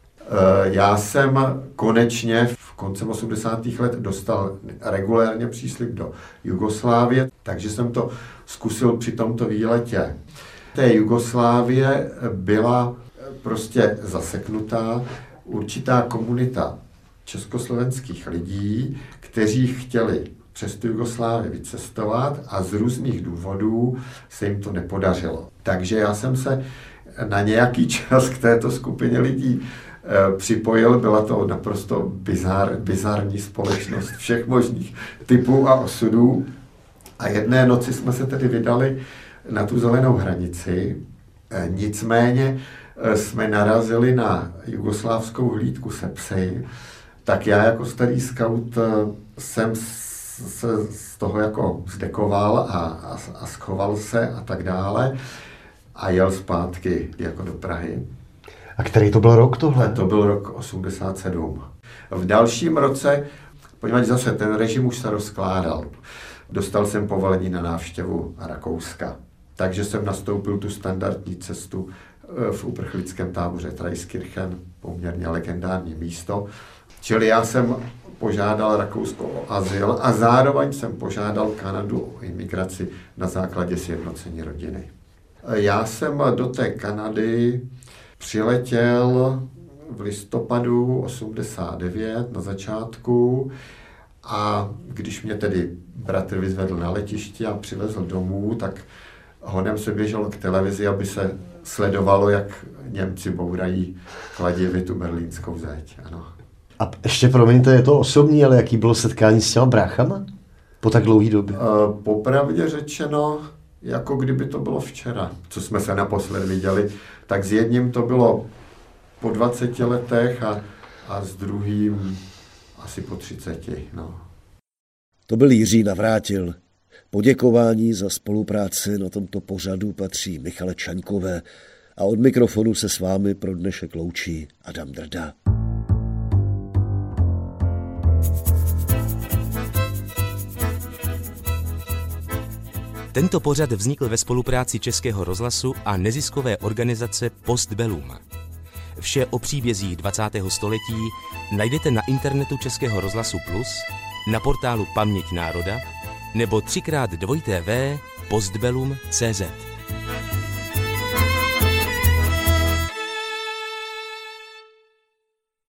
Speaker 5: Já jsem konečně v koncem osmdesátých let dostal regulérně příslib do Jugoslávie, takže jsem to zkusil při tomto výletě. Té Jugoslávie byla prostě zaseknutá určitá komunita československých lidí, kteří chtěli přes tu Jugoslávii vycestovat a z různých důvodů se jim to nepodařilo. Takže já jsem se na nějaký čas k této skupině lidí e, připojil. Byla to naprosto bizar, bizarní společnost všech možných typů a osudů. A jedné noci jsme se tedy vydali na tu zelenou hranici. E, nicméně e, jsme narazili na jugoslávskou hlídku se psy. Tak já jako starý skaut e, jsem se z toho jako zdekoval a, a, a schoval se a tak dále a jel zpátky jako do Prahy.
Speaker 4: A který to byl rok tohle?
Speaker 5: To byl rok osmdesát sedm. V dalším roce, poněvadž zase ten režim už se rozkládal, dostal jsem povolení na návštěvu Rakouska. Takže jsem nastoupil tu standardní cestu v uprchlickém táboře Traiskirchen, poměrně legendární místo. Čili já jsem požádal Rakousko o azyl a zároveň jsem požádal Kanadu o imigraci na základě sjednocení rodiny. Já jsem do té Kanady přiletěl v listopadu osmdesát devět na začátku a když mě tedy bratr vyzvedl na letišti a přivezl domů, tak honem se běžel k televizi, aby se sledovalo, jak Němci bourají kladivy tu berlínskou zeď. Ano.
Speaker 4: A ještě, promiňte, je to osobní, ale jaký bylo setkání s těma bráchama po tak dlouhé době?
Speaker 5: Uh, popravdě řečeno, jako kdyby to bylo včera, co jsme se naposled viděli, tak s jedním to bylo po dvaceti letech a, a s druhým asi po třiceti. No.
Speaker 2: To byl Jiří Navrátil. Poděkování za spolupráci na tomto pořadu patří Michale Čaňkové a od mikrofonu se s vámi pro dnešek loučí Adam Drda.
Speaker 1: Tento pořad vznikl ve spolupráci Českého rozhlasu a neziskové organizace Postbellum. Vše o příbězích dvacátého století najdete na internetu Českého rozhlasu Plus, na portálu Paměť národa nebo třikrát dvojité v postbellum tečka cé zet.